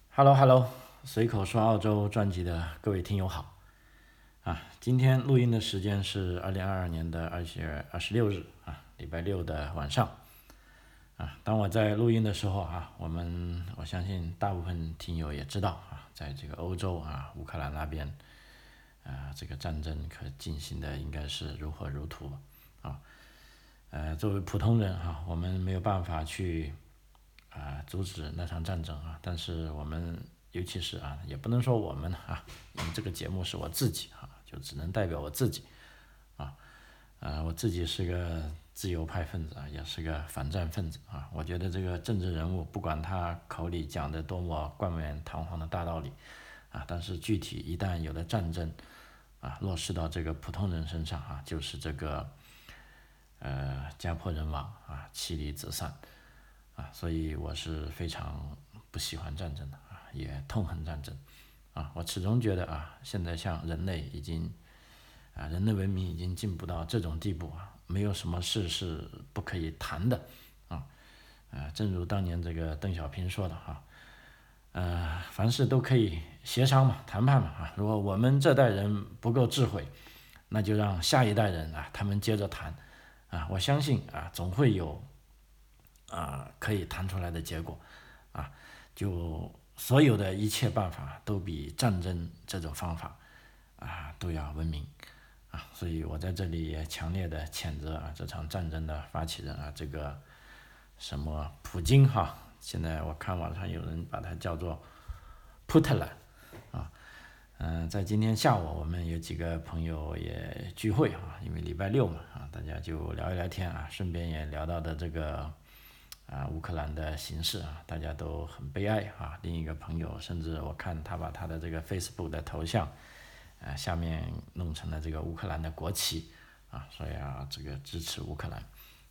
Hello Hello，随口说澳洲专辑的各位听友好今天录音的时间是2022年的2月26日礼拜六的晚上当我在录音的时候我相信大部分听友也知道在这个欧洲乌克兰那边这个战争可进行的应该是如火如荼作为普通人我们没有办法去阻止那场战争但是我们尤其是也不能说我们因为这个节目是我自己就只能代表我自己我自己是个自由派分子也是个反战分子我觉得这个政治人物不管他口里讲的多么冠冕堂皇的大道理但是具体一旦有了战争落实到这个普通人身上就是这个家破人亡妻离子散所以我是非常不喜欢战争的也痛恨战争我始终觉得现在像人类已经人类文明已经进步到这种地步没有什么事是不可以谈的正如当年这个邓小平说的凡事都可以协商嘛，谈判嘛如果我们这代人不够智慧，那就让下一代人他们接着谈我相信总会有可以谈出来的结果就所有的一切办法都比战争这种方法都要文明所以我在这里也强烈的谴责这场战争的发起人这个什么普京现在我看网上有人把它叫做普特兰在今天下午我们有几个朋友也聚会因为礼拜六嘛大家就聊一聊天顺便也聊到的这个乌克兰的形势大家都很悲哀另一个朋友甚至我看他把他的这个 Facebook 的头像下面弄成了这个乌克兰的国旗所以这个支持乌克兰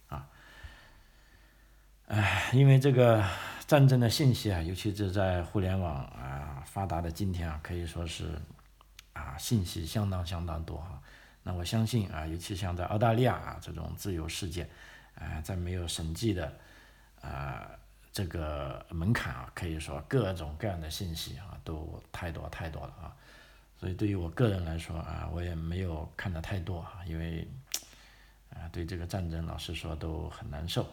因为这个战争的信息尤其是在互联网发达的今天可以说是信息相当多那我相信尤其像在澳大利亚这种自由世界在没有审计的这个门槛可以说各种各样的信息都太多了所以对于我个人来说我也没有看得太多因为对这个战争老实说都很难受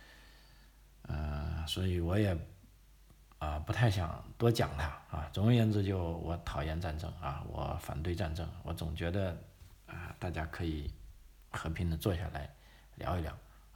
所以我也不太想多讲它总而言之就我讨厌战争我反对战争我总觉得大家可以和平的坐下来聊一聊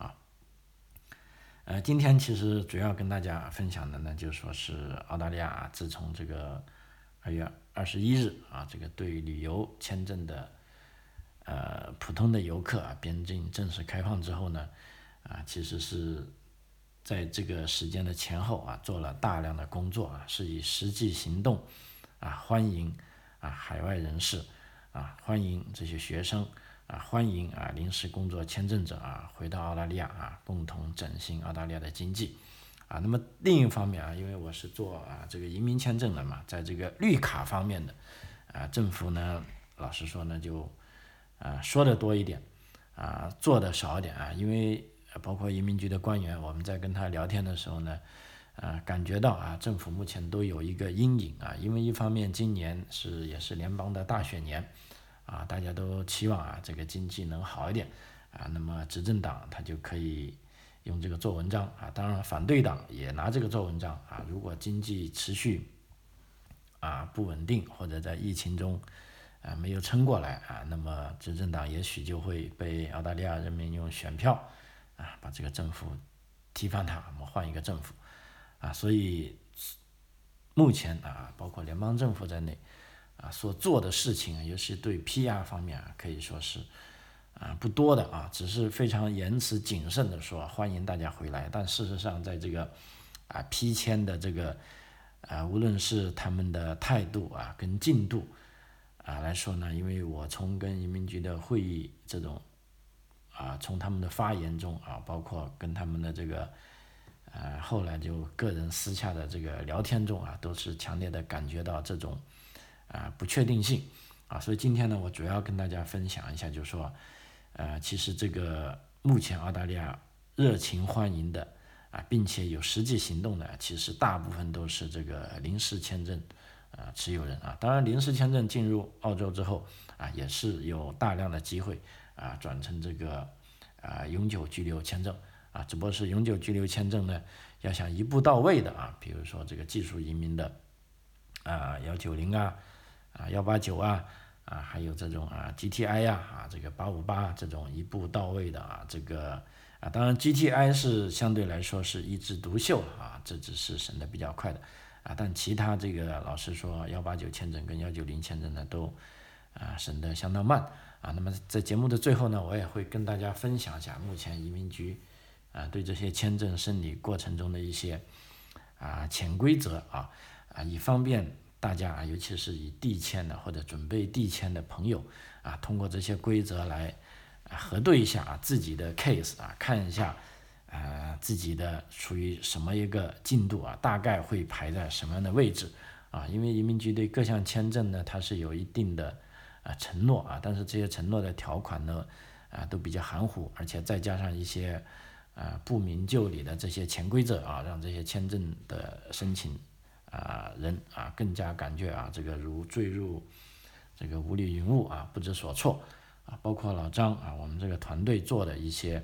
今天其实主要跟大家分享的呢，就说是澳大利亚自从这个2月21日这个对旅游签证的普通的游客边境正式开放之后呢其实是在这个时间的前后做了大量的工作是以实际行动欢迎海外人士欢迎这些学生欢迎临时工作签证者回到澳大利亚共同振兴澳大利亚的经济那么另一方面因为我是做这个移民签证的嘛，在这个绿卡方面的政府呢老实说呢就说的多一点做的少一点因为包括移民局的官员我们在跟他聊天的时候呢感觉到政府目前都有一个阴影因为一方面今年也是联邦的大选年大家都期望这个经济能好一点那么执政党他就可以用这个做文章当然反对党也拿这个做文章如果经济持续不稳定或者在疫情中没有撑过来那么执政党也许就会被澳大利亚人民用选票把这个政府踢翻它，我们换一个政府所以目前包括联邦政府在内所做的事情尤其对 PR 方面可以说是不多的只是非常言辞谨慎的说欢迎大家回来，但事实上在这个批签的这个无论是他们的态度跟进度来说呢，因为我从跟移民局的会议这种从他们的发言中包括跟他们的这个后来就个人私下的这个聊天中都是强烈的感觉到这种不确定性所以今天呢我主要跟大家分享一下就是说其实这个目前澳大利亚热情欢迎的并且有实际行动的，其实大部分都是这个临时签证持有人当然，临时签证进入澳洲之后也是有大量的机会转成这个永久居留签证只不过是永久居留签证呢，要想一步到位的比如说这个技术移民的190189还有这种GTI 这个858这种一步到位的这个当然 GTI 是相对来说是一枝独秀了这只是审得比较快的但其他这个老实说189签证跟190签证呢都审得相当慢那么在节目的最后呢，我也会跟大家分享一下目前移民局对这些签证审理过程中的一些潜规则以方便大家尤其是以递签的或者准备递签的朋友通过这些规则来核对一下自己的 case 看一下自己的处于什么一个进度大概会排在什么样的位置因为移民局对各项签证呢它是有一定的承诺但是这些承诺的条款呢都比较含糊，而且再加上一些不明就里的这些潜规则让这些签证的申请人更加感觉这个如坠入这个无里云雾不知所措包括老张我们这个团队做的一些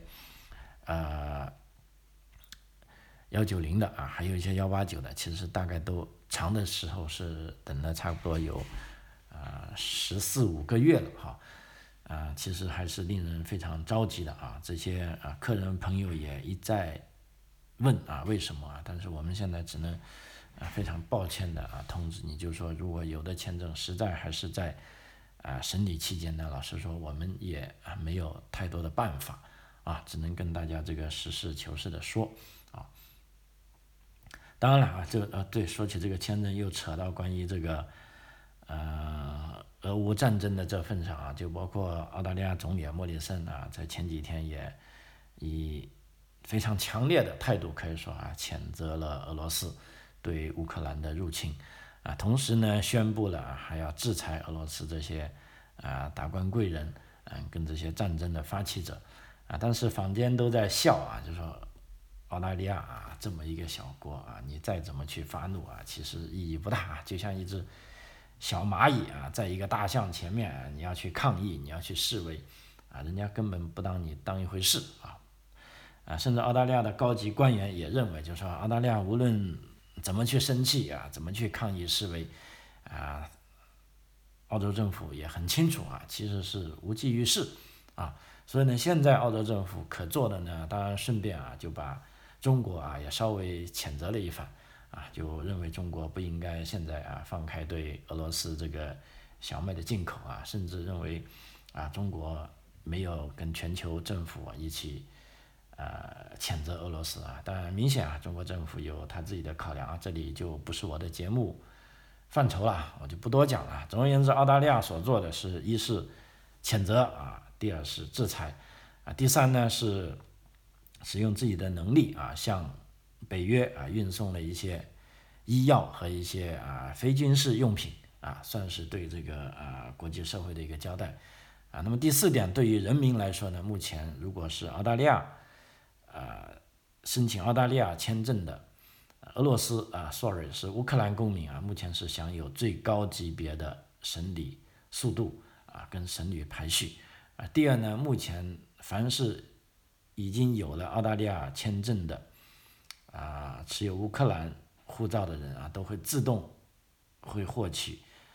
190的还有一些189的，其实大概都长的时候是等了差不多有14、15个月了其实还是令人非常着急的这些客人朋友也一再问为什么但是我们现在只能非常抱歉的通知你，就是说如果有的签证实在还是在审理期间呢，老实说我们也没有太多的办法只能跟大家这个实事求是的说当然了对，说起这个签证又扯到关于这个俄乌战争的这份上就包括澳大利亚总理莫里森在前几天也以非常强烈的态度可以说谴责了俄罗斯对乌克兰的入侵同时呢宣布了还要制裁俄罗斯这些达官贵人跟这些战争的发起者但是坊间都在笑就说澳大利亚这么一个小国你再怎么去发怒其实意义不大就像一只小蚂蚁在一个大象前面你要去抗议你要去示威人家根本不当你当一回事甚至澳大利亚的高级官员也认为就是说澳大利亚无论怎么去生气怎么去抗议示威澳洲政府也很清楚其实是无济于事所以呢现在澳洲政府可做的呢当然顺便就把中国也稍微谴责了一番就认为中国不应该现在放开对俄罗斯这个小麦的进口甚至认为中国没有跟全球政府一起谴责俄罗斯当然明显中国政府有他自己的考量这里就不是我的节目范畴了，我就不多讲了。总而言之，澳大利亚所做的是一是谴责第二是制裁第三呢是使用自己的能力向北约运送了一些医药和一些非军事用品算是对这个国际社会的一个交代那么第四点，对于人民来说呢，目前如果是澳大利亚申请澳大利亚签证的俄罗斯是乌克兰公民目前是享有最高级别的审理速度跟审理排序第二呢，目前凡是已经有了澳大利亚签证的持有乌克兰护照的人都会自动会获取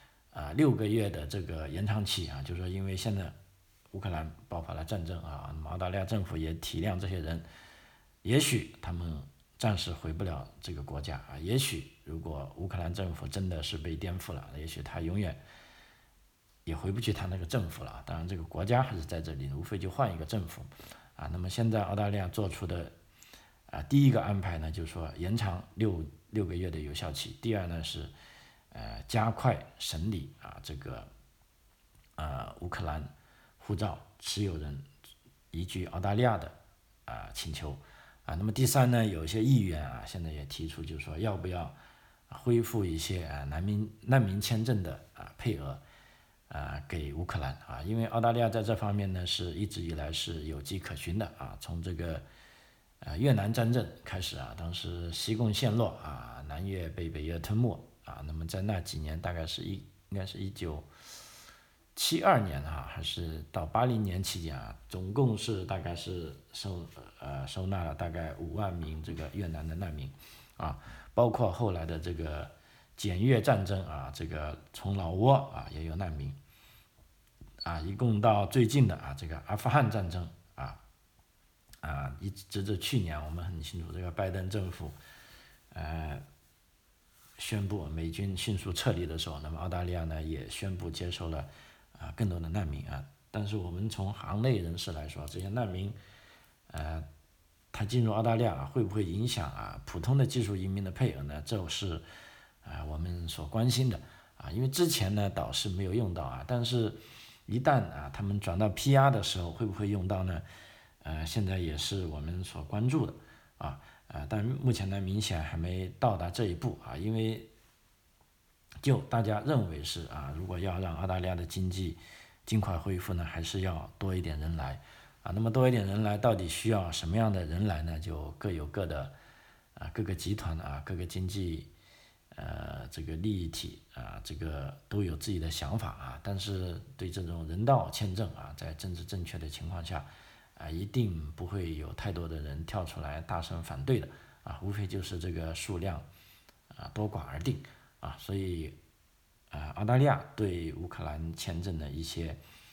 6个月的这个延长期就是说因为现在乌克兰爆发了战争那么澳大利亚政府也体谅这些人，也许他们暂时回不了这个国家也许如果乌克兰政府真的是被颠覆了，也许他永远也回不去他那个政府了当然这个国家还是在这里，无非就换一个政府那么现在澳大利亚做出的第一个安排呢，就是说延长6个月的有效期。第二呢是加快审理这个乌克兰护照持有人移居澳大利亚的请求那么第三呢，有一些议员现在也提出，就是说要不要恢复一些难民签证的配额给乌克兰因为澳大利亚在这方面呢是一直以来是有迹可循的从这个越南战争开始啊，当时西贡陷落啊，南越被北越吞没啊，那么在那几年大概应该是1972年还是到80年期间啊，总共是大概是收纳了大概5万名这个越南的难民啊，包括后来的这个检越战争啊，这个从老挝啊也有难民啊，一共到最近的啊这个阿富汗战争一直至去年我们很清楚，这个拜登政府宣布美军迅速撤离的时候，那么澳大利亚呢也宣布接收了更多的难民啊。但是我们从行内人士来说，这些难民他进入澳大利亚会不会影响普通的技术移民的配额呢？这是我们所关心的因为之前呢倒是没有用到但是一旦他们转到 PR 的时候会不会用到呢？现在也是我们所关注的但目前呢明显还没到达这一步因为就大家认为是如果要让澳大利亚的经济尽快恢复呢，还是要多一点人来那么多一点人来，到底需要什么样的人来呢？就各有各的各个集团各个经济这个利益体这个都有自己的想法但是对这种人道签证在政治正确的情况下一定不会有太多的人跳出来大声反对的无非就是这个数量多寡而定所以澳大利亚对乌克兰签证的一些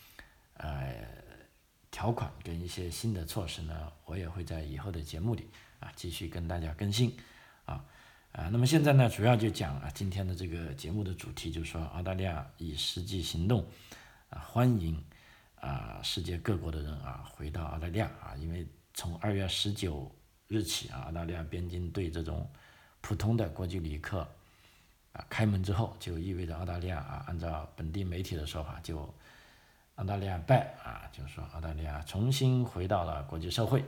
条款跟一些新的措施呢，我也会在以后的节目里继续跟大家更新那么现在呢，主要就讲今天的这个节目的主题，就是说澳大利亚以实际行动欢迎世界各国的人回到澳大利亚因为从2月19日起澳大利亚边境对这种普通的国际旅客开门之后，就意味着澳大利亚按照本地媒体的说法，就澳大利亚back就是说澳大利亚重新回到了国际社会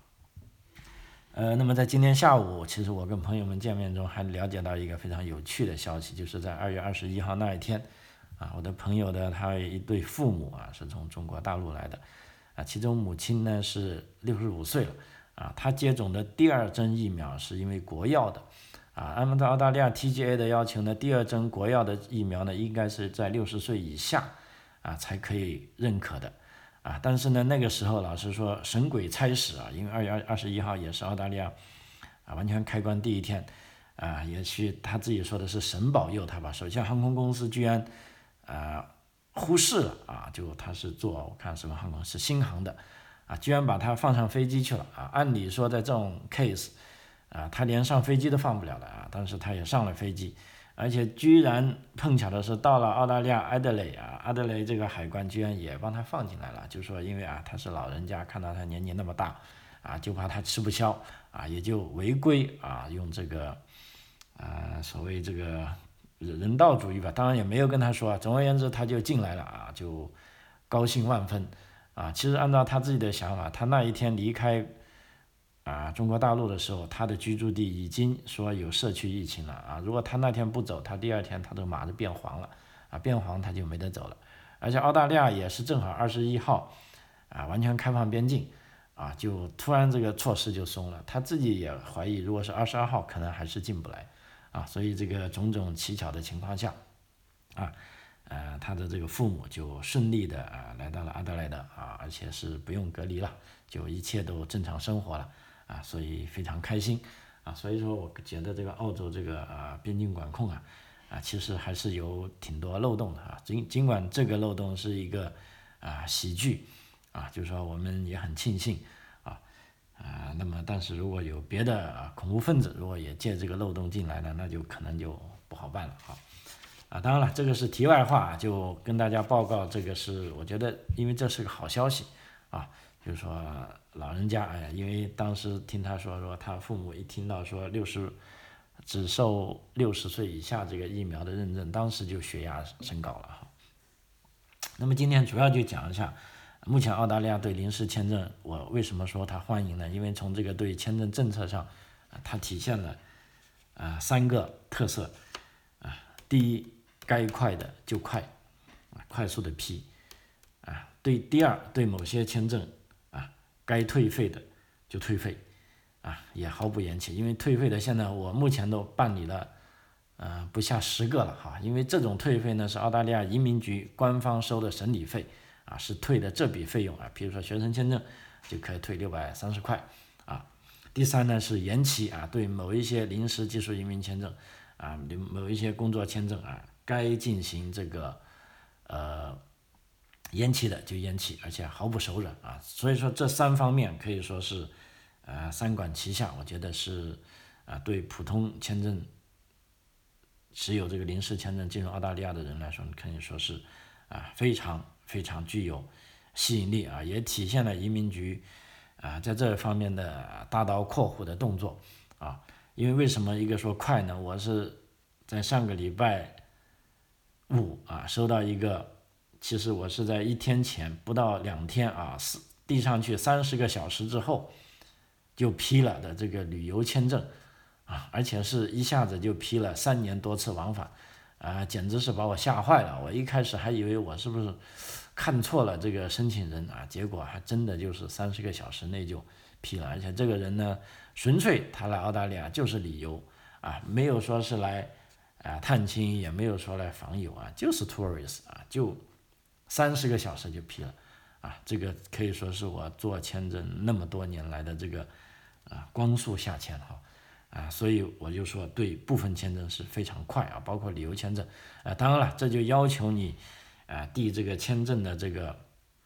那么在今天下午，其实我跟朋友们见面中还了解到一个非常有趣的消息，就是在2月21号那一天我的朋友的他有一对父母是从中国大陆来的其中母亲呢是65岁了他接种的第2针疫苗是因为国药的按照澳大利亚 TGA 的要求呢，第2针国药的疫苗呢应该是在60岁以下才可以认可的但是呢那个时候老实说神鬼差使因为2月21号也是澳大利亚完全开关第一天也许他自己说的是神保佑他吧，首先航空公司居然忽视了就他是做我看什么航空是新航的居然把他放上飞机去了按理说在这种 case他连上飞机都放不了了但是他也上了飞机，而且居然碰巧的是到了澳大利亚阿德雷这个海关居然也帮他放进来了，就说因为他是老人家，看到他年纪那么大就怕他吃不消也就违规用这个所谓这个人道主义吧，当然也没有跟他说总而言之他就进来了就高兴万分其实按照他自己的想法，他那一天离开中国大陆的时候，他的居住地已经说有社区疫情了如果他那天不走，他第2天他都马上变黄了变黄他就没得走了。而且澳大利亚也是正好21号完全开放边境就突然这个措施就松了，他自己也怀疑如果是22号可能还是进不来所以这个种种蹊跷的情况下他的这个父母就顺利的来到了阿德莱德而且是不用隔离了，就一切都正常生活了所以非常开心所以说我觉得这个澳洲这个边境管控其实还是有挺多漏洞的尽管这个漏洞是一个喜剧就是说我们也很庆幸那么但是如果有别的恐怖分子如果也借这个漏洞进来呢，那就可能就不好办了当然了这个是题外话就跟大家报告这个是我觉得因为这是个好消息就是说老人家因为当时听他说他父母一听到说只受60岁以下这个疫苗的认证，当时就血压升高了那么今天主要就讲一下目前澳大利亚对临时签证我为什么说他欢迎呢？因为从这个对签证政策上它体现了3个特色第一，该快的就快快速的批第二，对某些签证该退费的就退费也毫不延期，因为退费的现在我目前都办理了不下10个了哈，因为这种退费呢是澳大利亚移民局官方收的审理费是退的这笔费用比如说学生签证就可以退630块第三呢是延期对某一些临时技术移民签证某一些工作签证该进行这个延期的就延期，而且毫不手软所以说这3方面可以说是3管齐下，我觉得是对普通签证持有这个临时签证进入澳大利亚的人来说，可以说是非常非常具有吸引力也体现了移民局在这方面的大刀阔斧的动作因为为什么一个说快呢？我是在上个礼拜五收到一个，其实我是在1天前不到2天递上去30个小时之后就批了的这个旅游签证而且是一下子就批了3年多次往返简直是把我吓坏了。我一开始还以为我是不是看错了这个申请人结果还真的就是30个小时内就批了，而且这个人呢纯粹他来澳大利亚就是旅游没有说是来探亲，也没有说来访友就是 tourist 就30个小时就批了这个可以说是我做签证那么多年来的这个光速下签所以我就说对部分签证是非常快包括旅游签证当然了，这就要求你递这个签证的这个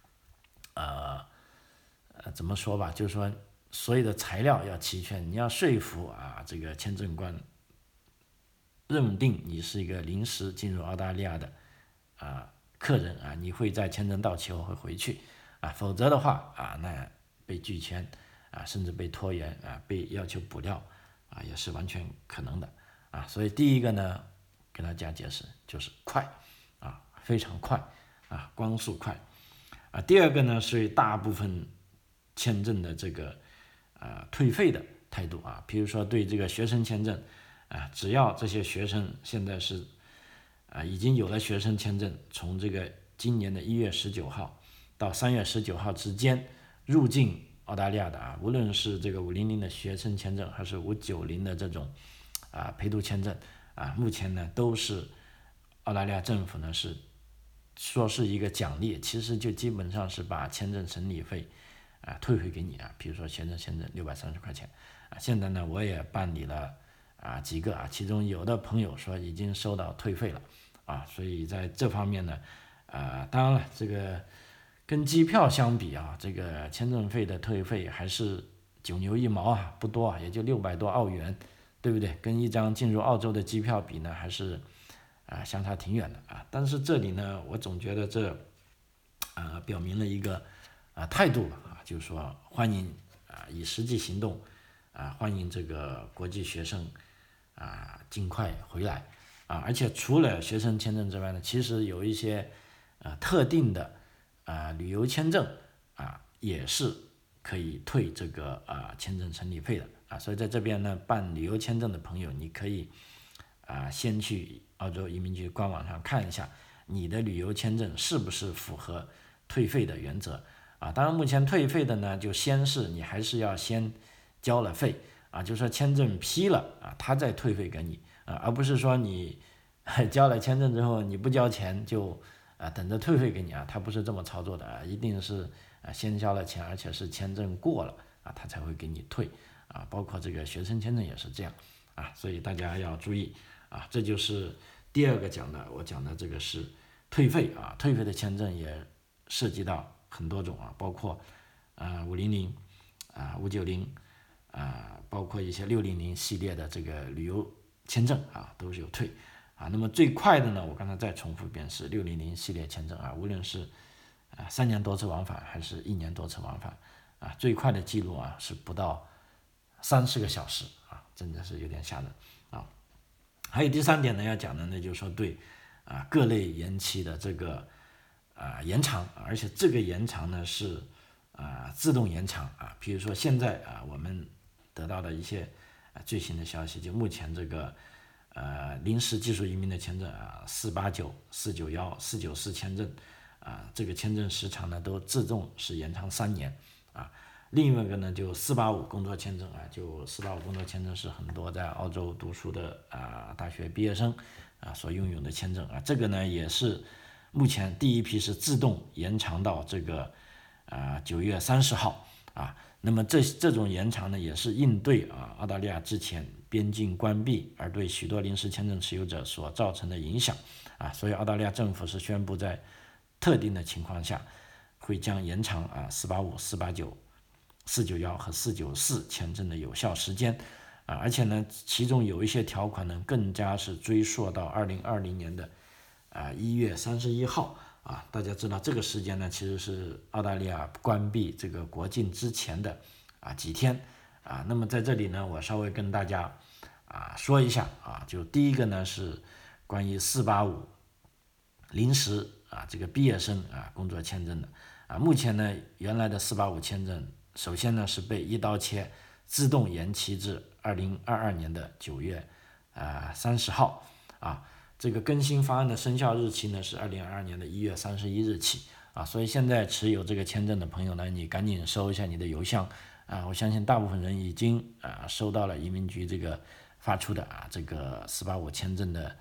怎么说吧，就是说所有的材料要齐全，你要说服这个签证官认定你是一个临时进入澳大利亚的客人你会在签证到期后会回去否则的话那被拒签甚至被拖延被要求补料也是完全可能的所以第一个呢跟大家解释就是快非常快光速快第二个呢是大部分签证的这个退费的态度比如说对这个学生签证只要这些学生现在是已经有了学生签证，从这个今年的1月19号到3月19号之间入境澳大利亚的无论是这个500的学生签证还是590的这种陪读签证目前呢都是澳大利亚政府呢是说是一个奖励，其实就基本上是把签证审理费退回给你比如说学生签证630块钱现在呢我也办理了几个其中有的朋友说已经收到退费了所以在这方面呢当然了这个跟机票相比这个签证费的退费还是9牛1毛不多也就600多澳元，对不对？跟一张进入澳洲的机票比呢还是相差挺远的但是这里呢我总觉得这表明了一个态度吧就是说欢迎以实际行动欢迎这个国际学生尽快回来而且除了学生签证之外呢，其实有一些特定的旅游签证也是可以退这个签证审理费的所以在这边呢办旅游签证的朋友，你可以先去澳洲移民局官网上看一下你的旅游签证是不是符合退费的原则当然目前退费的呢就先是你还是要先交了费就是说签证批了他再退费给你而不是说你交了签证之后你不交钱就等着退费给你他不是这么操作的一定是先交了钱，而且是签证过了他才会给你退包括这个学生签证也是这样所以大家要注意这就是第二个我讲的这个是退费退费的签证也涉及到很多种包括500、590包括一些600系列的这个旅游签证都是有退那么最快的呢，我刚才再重复一遍是600系列签证无论是3年多次往返还是1年多次往返最快的记录是不到30个小时真的是有点吓人还有第3点呢要讲的呢，就是说对各类延期的这个延长，而且这个延长呢是自动延长比如说现在我们得到的一些最新的消息，就目前这个临时技术移民的签证489、491、494签证这个签证时长呢都自动是延长3年另一个呢就485工作签证啊，就485工作签证是很多在澳洲读书的大学毕业生所拥有的签证啊，这个呢也是目前第一批是自动延长到这个9月30号啊。那么这种延长呢，也是应对澳大利亚之前边境关闭而对许多临时签证持有者所造成的影响所以澳大利亚政府是宣布在特定的情况下会将延长485、489、491和494签证的有效时间而且呢，其中有一些条款呢更加是追溯到2020年的1月31号。大家知道这个时间呢，其实是澳大利亚关闭这个国境之前的几天那么在这里呢，我稍微跟大家说一下就第一个呢是关于485临时这个毕业生工作签证的目前呢，原来的485签证首先呢是被一刀切自动延期至2022年的9月30号这个更新方案的生效日期呢是2022年的1月31日起所以现在持有这个签证的朋友呢，你赶紧收一下你的邮箱我相信大部分人已经收到了移民局这个发出的这个485签证的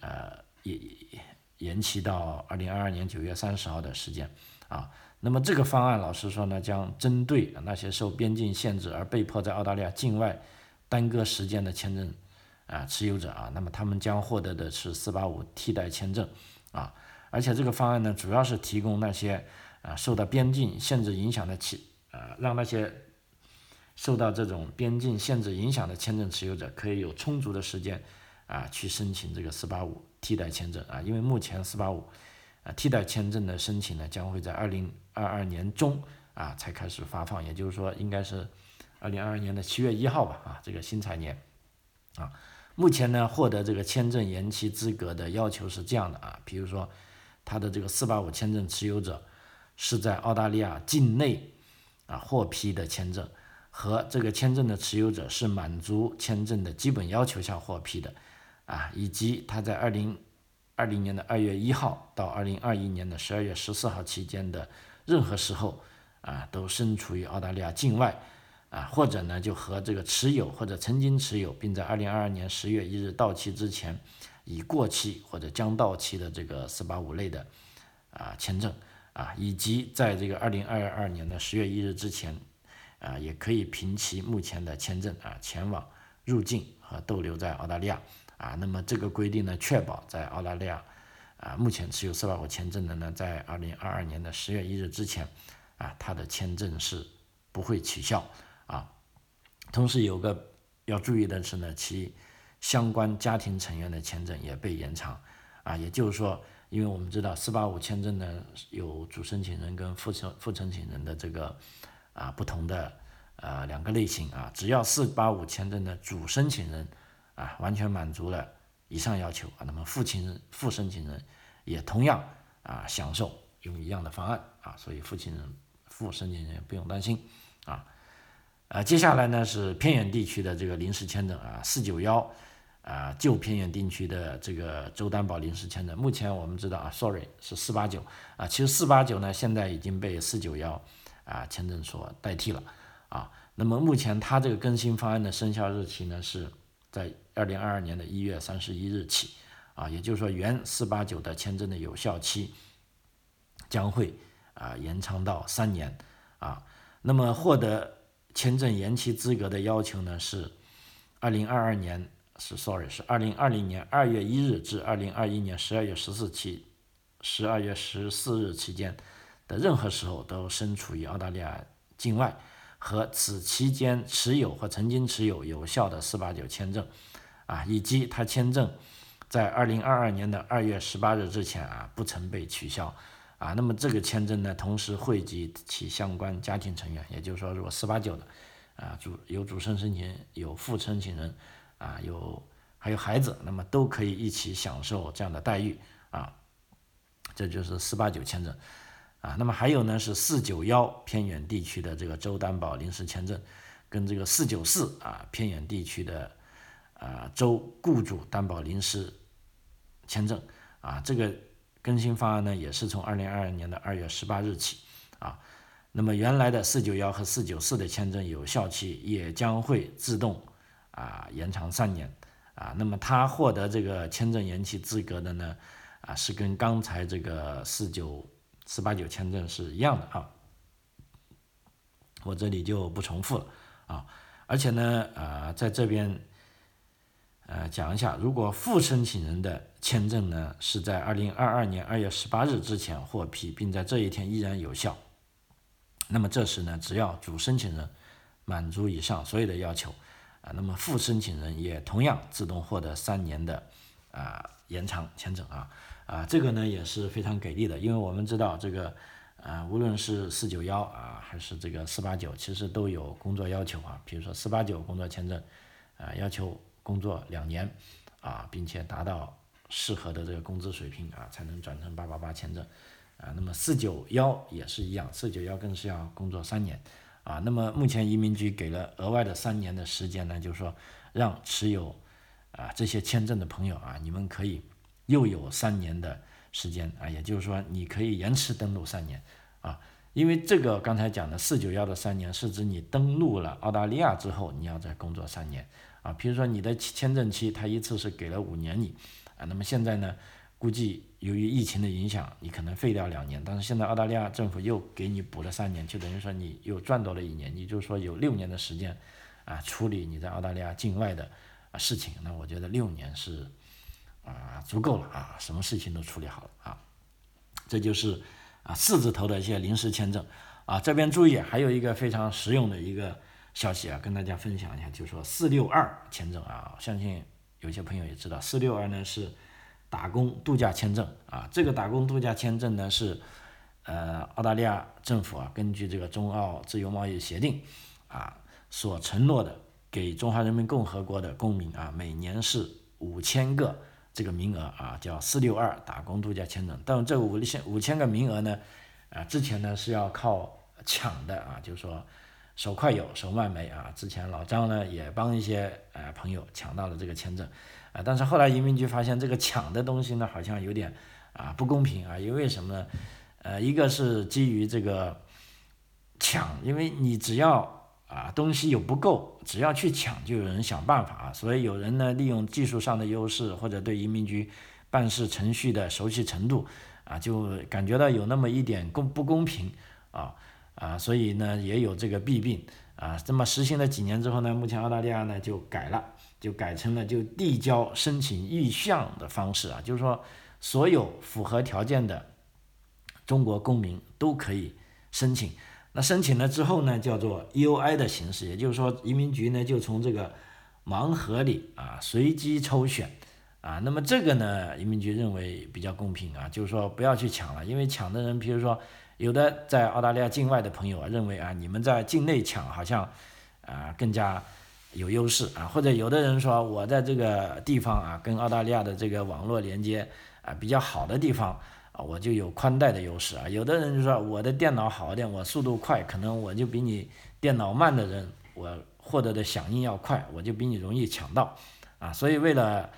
延期到2022年9月30号的时间那么这个方案老实说呢，将针对那些受边境限制而被迫在澳大利亚境外耽搁时间的签证持有者那么他们将获得的是485替代签证而且这个方案呢，主要是提供那些受到边境限制影响的让那些受到这种边境限制影响的签证持有者可以有充足的时间去申请这个485替代签证因为目前485替代签证的申请呢，将会在2022年中才开始发放，也就是说应该是2022年的7月1号吧这个新财年目前呢，获得这个签证延期资格的要求是这样的比如说他的这个485签证持有者是在澳大利亚境内获批的签证，和这个签证的持有者是满足签证的基本要求下获批的以及他在2020年的2月1号到2021年的12月14号期间的任何时候都身处于澳大利亚境外或者呢就和这个持有或者曾经持有并在2022年10月1日到期之前已过期或者将到期的这个485类的签证以及在这个2022年的10月1日之前也可以凭其目前的签证前往入境和逗留在澳大利亚那么这个规定呢，确保在澳大利亚目前持有485签证的呢，在2022年的10月1日之前他的签证是不会取消同时有个要注意的是呢，其相关家庭成员的签证也被延长也就是说，因为我们知道485签证呢有主申请人跟副申请人的这个不同的两个类型只要485签证的主申请人完全满足了以上要求那么副申请人也同样享受用一样的方案所以副申请人也不用担心接下来呢是偏远地区的这个临时签证491旧偏远地区的这个州担保临时签证，目前我们知道是489其实489呢现在已经被491签证所代替了那么目前它这个更新方案的生效日期呢是在2022年的1月31日起也就是说原489的签证的有效期将会延长到3年那么获得签证延期资格的要求呢是2020年是2020年2月1日至2021年12月14日期间的任何时候都身处于澳大利亚境外，和此期间持有或曾经持有有效的489签证以及他签证在2022年的2月18日之前不曾被取消那么这个签证呢，同时汇集其相关家庭成员，也就是说，如果489的有主申请人、有副申请人还有孩子，那么都可以一起享受这样的待遇这就是489签证那么还有呢是491偏远地区的这个州担保临时签证，跟这个494偏远地区的州雇主担保临时签证这个更新方案呢也是从2022年的2月18日起那么原来的491和494的签证有效期也将会自动延长3年那么他获得这个签证延期资格的呢是跟刚才这个489签证是一样的我这里就不重复了而且呢在这边讲一下，如果副申请人的签证呢是在2022年2月18日之前获批，并在这一天依然有效，那么这时呢，只要主申请人满足以上所有的要求那么副申请人也同样自动获得3年的延长签证这个呢也是非常给力的，因为我们知道这个无论是491还是这个489，其实都有工作要求比如说489工作签证要求工作2年并且达到适合的这个工资水平才能转成888签证那么491也是一样，491更是要工作3年那么目前移民局给了额外的3年的时间呢，就是说让持有这些签证的朋友你们可以又有3年的时间也就是说你可以延迟登陆3年因为这个刚才讲的491的3年是指你登陆了澳大利亚之后你要再工作3年比如说你的签证期它一次是给了5年你那么现在呢估计由于疫情的影响你可能废掉2年，但是现在澳大利亚政府又给你补了3年，就等于说你又赚多了1年，也就是说有6年的时间处理你在澳大利亚境外的事情，那我觉得6年是足够了什么事情都处理好了这就是4字头的一些临时签证这边注意还有一个非常实用的一个消息跟大家分享一下，就是说462签证相信有些朋友也知道462呢是打工度假签证这个打工度假签证呢是澳大利亚政府根据这个中澳自由贸易协定所承诺的给中华人民共和国的公民每年是5000个这个名额叫462打工度假签证，但这5000个名额呢之前呢是要靠抢的就是说手快有手慢没之前老张呢也帮一些朋友抢到了这个签证但是后来移民局发现这个抢的东西呢好像有点不公平因为什么呢一个是基于这个抢，因为你只要东西有不够，只要去抢就有人想办法所以有人呢利用技术上的优势或者对移民局办事程序的熟悉程度就感觉到有那么一点不公平所以呢也有这个弊病这么实行了几年之后呢，目前澳大利亚呢就改成了就递交申请意向的方式就是说所有符合条件的中国公民都可以申请，那申请了之后呢叫做 EOI 的形式，也就是说移民局呢就从这个盲盒里随机抽选那么这个呢移民局认为比较公平就是说不要去抢了，因为抢的人比如说有的在澳大利亚境外的朋友认为你们在境内抢好像更加有优势或者有的人说我在这个地方跟澳大利亚的这个网络连接比较好的地方我就有宽带的优势有的人就说我的电脑好一点，我速度快，可能我就比你电脑慢的人我获得的响应要快，我就比你容易抢到所以为了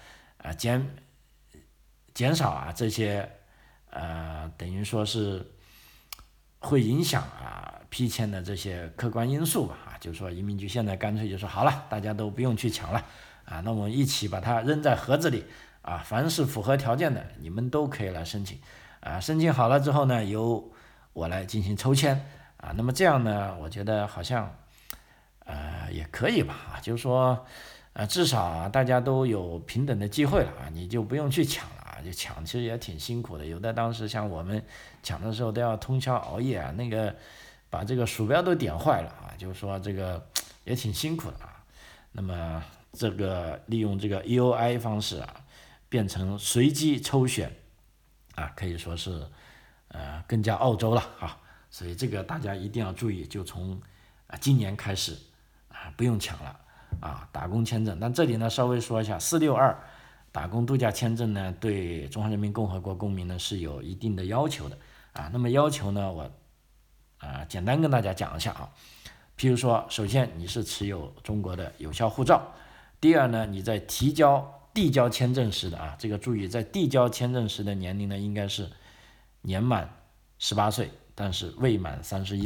减少这些等于说是会影响批签的这些客观因素吧就是说移民局现在干脆就说好了，大家都不用去抢了那我们一起把它扔在盒子里凡是符合条件的你们都可以来申请申请好了之后呢由我来进行抽签那么这样呢我觉得好像也可以吧就是说至少大家都有平等的机会了你就不用去抢了就抢其实也挺辛苦的，有的当时像我们抢的时候都要通宵熬夜那个把这个鼠标都点坏了就是说这个也挺辛苦的那么这个利用这个 EOI 方式变成随机抽选可以说是更加澳洲了所以这个大家一定要注意，就从今年开始不用抢了打工签证。但这里呢稍微说一下462打工度假签证呢对中华人民共和国公民呢是有一定的要求的那么要求呢我简单跟大家讲一下譬如说首先你是持有中国的有效护照，第二呢你在递交签证时的这个注意，在递交签证时的年龄呢应该是年满18岁但是未满31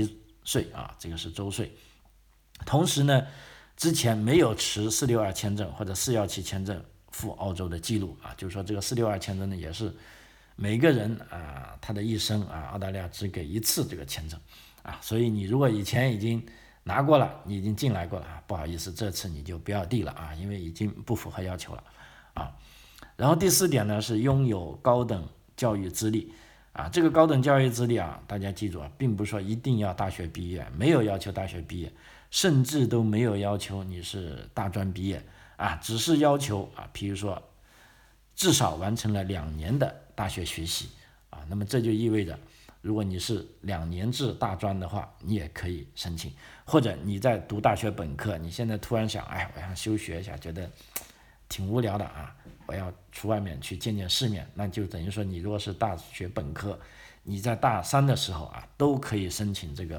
税啊，这个是州税。同时呢，之前没有持462签证或者417签证赴澳洲的记录啊，就是说这个462签证呢也是每个人啊他的一生啊，澳大利亚只给一次这个签证啊，所以你如果以前已经拿过了，你已经进来过了啊，不好意思，这次你就不要递了啊，因为已经不符合要求了啊。然后第4点呢是拥有高等教育资历啊，这个高等教育资历啊，大家记住啊，并不是说一定要大学毕业，没有要求大学毕业，甚至都没有要求你是大专毕业啊，只是要求啊，比如说至少完成了2年的大学学习啊，那么这就意味着，如果你是2年制大专的话，你也可以申请，或者你在读大学本科，你现在突然想，哎，我想休学一下，觉得挺无聊的啊，我要出外面去见见世面，那就等于说你如果是大学本科，你在大3的时候啊，都可以申请这个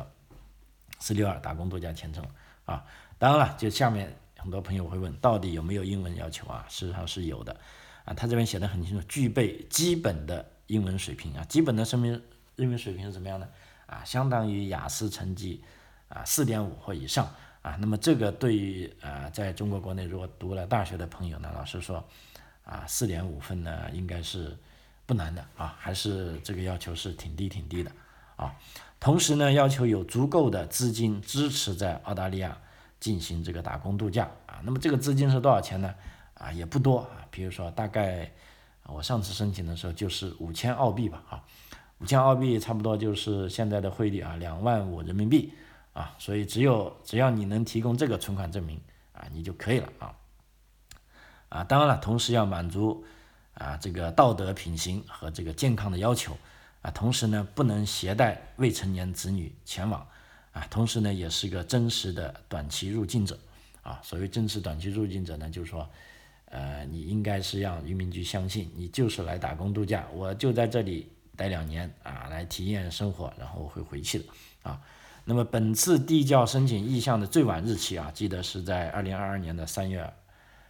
462打工度假签证啊。当然了，就下面很多朋友会问，到底有没有英文要求啊？事实上是有的啊，他这边写的很清楚，具备基本的英文水平啊，基本的英文水平是怎么样的啊？相当于雅思成绩啊4.5或以上。啊，那么这个对于在中国国内如果读了大学的朋友呢，老实说啊，4.5分呢应该是不难的啊，还是这个要求是挺低的啊。同时呢，要求有足够的资金支持在澳大利亚进行这个打工度假啊。那么这个资金是多少钱呢？啊，也不多啊，比如说大概我上次申请的时候就是5000澳币吧啊，5000澳币差不多就是现在的汇率啊25000人民币。啊，所以只要你能提供这个存款证明啊，你就可以了啊。当然了，同时要满足这个道德品行和这个健康的要求啊。同时呢，不能携带未成年子女前往啊。同时呢，也是个真实的短期入境者啊。所谓真实短期入境者呢，就是说你应该是让移民局相信你就是来打工度假，我就在这里待2年啊，来体验生活，然后会回去的啊。那么本次递交申请意向的最晚日期啊，记得是在2022年的3月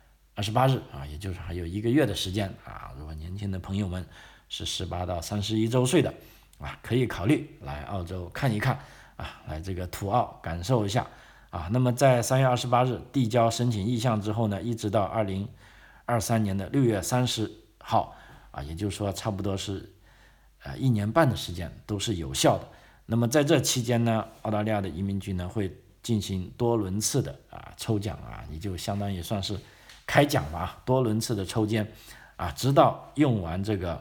28日啊，也就是还有1个月的时间啊。如果年轻的朋友们是18到31周岁的啊，可以考虑来澳洲看一看啊，来这个土澳感受一下啊。那么在3月28日递交申请意向之后呢，一直到2023年的6月30号啊，也就是说差不多是1年半的时间都是有效的。那么在这期间呢，澳大利亚的移民局呢会进行多轮次的抽奖啊，你就相当于算是开奖吧，多轮次的抽签啊，直到用完这个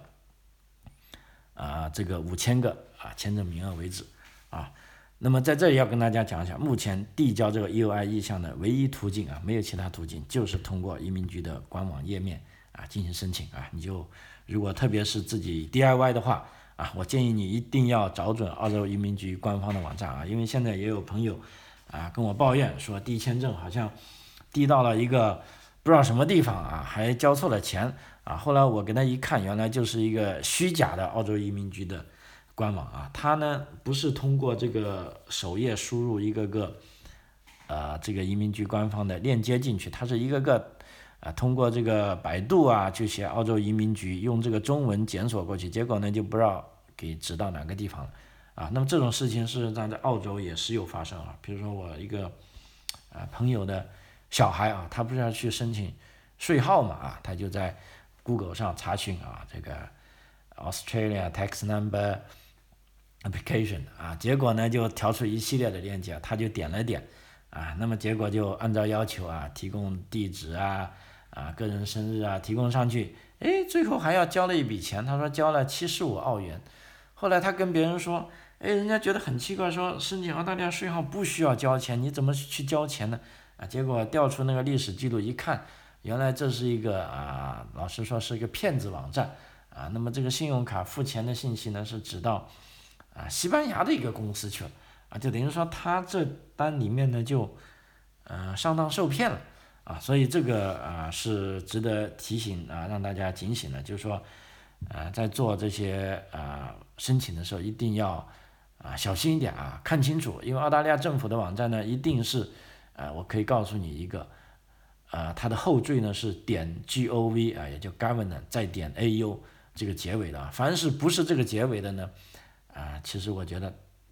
5000个签证名额为止啊。那么在这里要跟大家讲一下，目前递交这个 EOI 意向的唯一途径啊，没有其他途径，就是通过移民局的官网页面进行申请啊。你就如果特别是自己 DIY 的话啊，我建议你一定要找准澳洲移民局官方的网站啊，因为现在也有朋友跟我抱怨说递签证好像递到了一个不知道什么地方啊，还交错了钱啊。后来我给他一看，原来就是一个虚假的澳洲移民局的官网啊，它呢不是通过这个首页输入一个个这个移民局官方的链接进去，它是一个个通过这个百度就写澳洲移民局，用这个中文检索过去，结果呢就不知道给指到哪个地方了啊。那么这种事情事实上在澳洲也时有发生啊。比如说我一个朋友的小孩啊，他不是要去申请税号嘛他就在 Google 上查询这个 Australia Tax Number Application 结果呢就调出一系列的链接，他就点了点那么结果就按照要求提供地址个人生日提供上去，最后还要交了一笔钱，他说交了75澳元。后来他跟别人说，人家觉得很奇怪，说申请澳大利亚税号不需要交钱，你怎么去交钱呢？结果调出那个历史记录一看，原来这是一个老实说是一个骗子网站那么这个信用卡付钱的信息呢是指到西班牙的一个公司去了就等于说他这单里面呢就上当受骗了所以这个是值得提醒让大家警醒的，就是说在做这些申请的时候一定要小心一点看清楚，因为澳大利亚政府的网站呢一定是我可以告诉你一个它的后缀呢是点 gov 也就 government 再点 au 这个结尾的凡是不是这个结尾的呢其实我觉得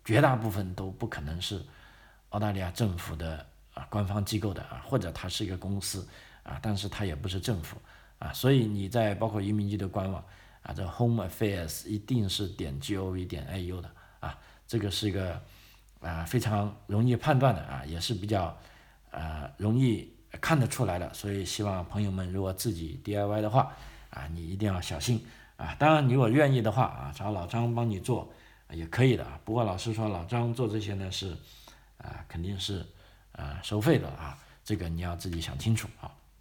绝大部分都不可能是澳大利亚政府的官方机构的或者它是一个公司但是它也不是政府所以你在包括移民局的官网这 Home Affairs 一定是.gov.au 的这个是一个非常容易判断的也是比较容易看得出来的，所以希望朋友们如果自己 DIY 的话你一定要小心当然你如果愿意的话找老张帮你做也可以的不过老实说老张做这些呢是肯定是收费的这个你要自己想清楚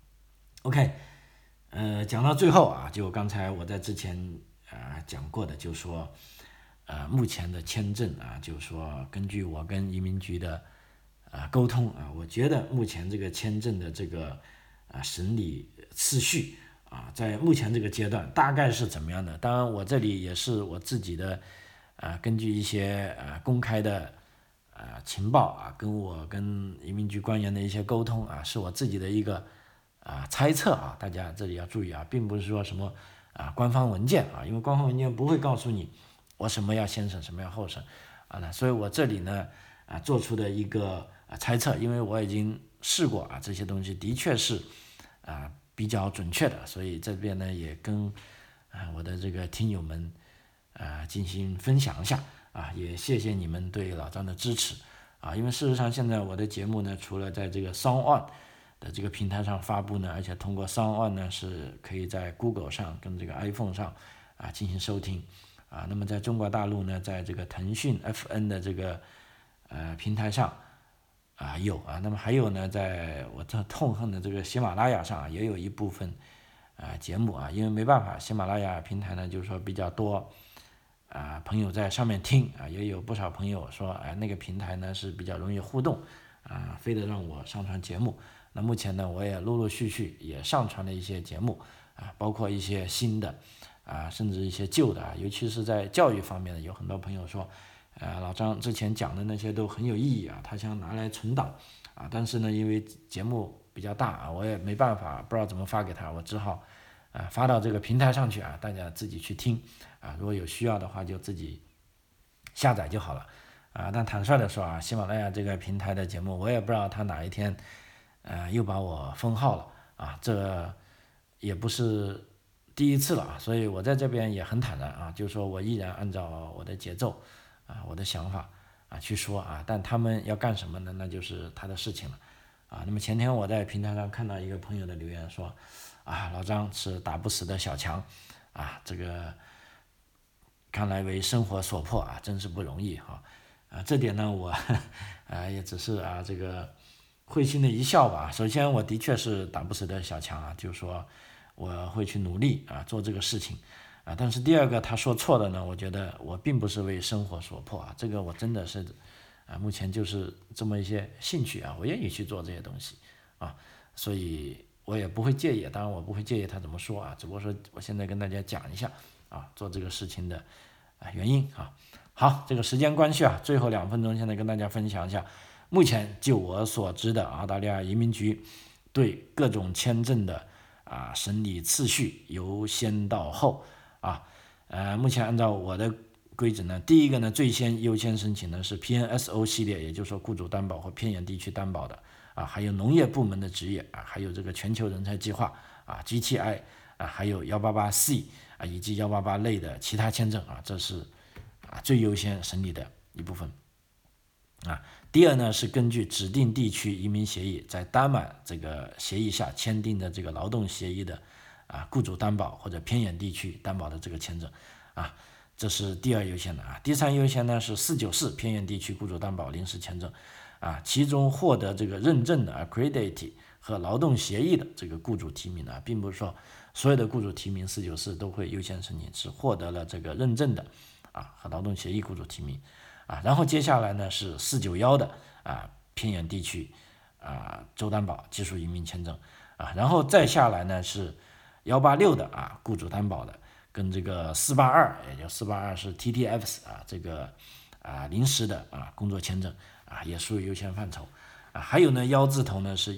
OK 讲到最后就刚才我在之前讲过的，就是说目前的签证就是说根据我跟移民局的沟通我觉得目前这个签证的这个审理次序在目前这个阶段大概是怎么样的？当然我这里也是我自己的根据一些公开的情报跟我跟移民局官员的一些沟通是我自己的一个猜测大家这里要注意并不是说什么官方文件因为官方文件不会告诉你我什么要先审什么要后审所以我这里呢做出的一个猜测，因为我已经试过这些东西的确是比较准确的，所以这边呢也跟我的这个听友们进行分享一下也谢谢你们对老张的支持因为事实上现在我的节目呢除了在这个 SoundOn 的这个平台上发布呢，而且通过 SoundOn 呢是可以在 Google 上跟这个 iPhone 上进行收听那么在中国大陆呢，在这个腾讯 FN 的这个平台上有那么还有呢，在我这痛恨的这个喜马拉雅上也有一部分节目因为没办法，喜马拉雅平台呢就是说比较多朋友在上面听也有不少朋友说那个平台呢是比较容易互动非得让我上传节目。那目前呢，我也陆陆续续也上传了一些节目包括一些新的甚至一些旧的尤其是在教育方面的，有很多朋友说老张之前讲的那些都很有意义他想拿来存档但是呢因为节目比较大我也没办法不知道怎么发给他，我只好发到这个平台上去大家自己去听如果有需要的话就自己下载就好了但坦率的说喜马拉雅这个平台的节目我也不知道他哪一天又把我封号了这也不是第一次了所以我在这边也很坦然就是说我依然按照我的节奏我的想法去说但他们要干什么呢？那就是他的事情了那么前天我在平台上看到一个朋友的留言说老张是打不死的小强这个看来为生活所迫真是不容易这点呢我也只是这个会心的一笑吧。首先我的确是打不死的小强就是说我会去努力做这个事情但是第二个他说错的呢，我觉得我并不是为生活所迫这个我真的是目前就是这么一些兴趣我愿意去做这些东西所以我也不会介意，当然我不会介意他怎么说只不过说我现在跟大家讲一下做这个事情的原因好，这个时间关系最后2分钟现在跟大家分享一下目前就我所知的澳大利亚移民局对各种签证的审理次序由先到后目前按照我的规则呢，第一个呢最先优先申请的是 PNSO 系列，也就是说雇主担保或偏远地区担保的还有农业部门的职业还有这个全球人才计划GTI 还有188C 以及188类的其他签证这是最优先审理的一部分第二呢是根据指定地区移民协议在丹麦这个协议下签订的这个劳动协议的雇主担保或者偏远地区担保的这个签证这是第二优先的第三优先呢是494偏远地区雇主担保临时签证其中获得这个认证的 accredited 和劳动协议的这个雇主提名并不是说所有的雇主提名494都会优先申请，是获得了这个认证的和劳动协议雇主提名然后接下来呢是491的偏远地区州担保技术移民签证然后再下来呢是186的雇主担保的，跟这个482，也就482是 TTFs 这个临时的工作签证也属于优先范畴还有呢1字头呢是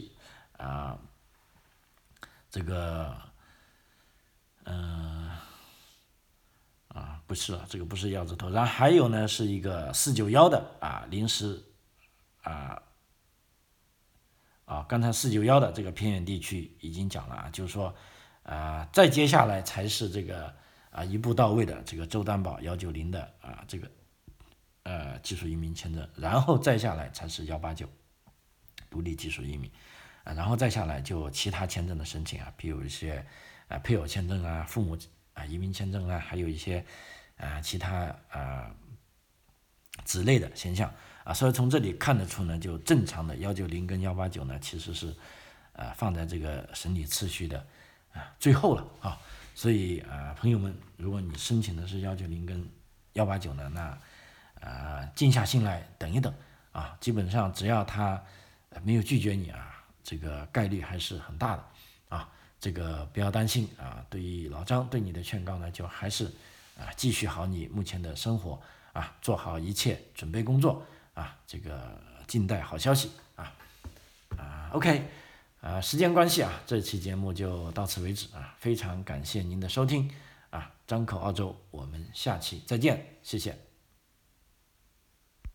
这个不是啊，这个不是腰子头，然后还有呢是一个491的临时刚才491的这个偏远地区已经讲了就是说再接下来才是这个一步到位的这个州担保190的这个技术移民签证，然后再下来才是189独立技术移民然后再下来就其他签证的申请比如一些配偶签证父母移民签证还有一些其他子类的现象所以从这里看得出呢，就正常的190跟189呢，其实是放在这个审理次序的最后了所以朋友们，如果你申请的是190跟189呢，那静下心来等一等基本上只要他没有拒绝你这个概率还是很大的这个不要担心对于老张对你的劝告呢，就还是继续好你目前的生活做好一切准备工作这个静待好消息OK 时间关系这期节目就到此为止非常感谢您的收听张口澳洲，我们下期再见，谢谢。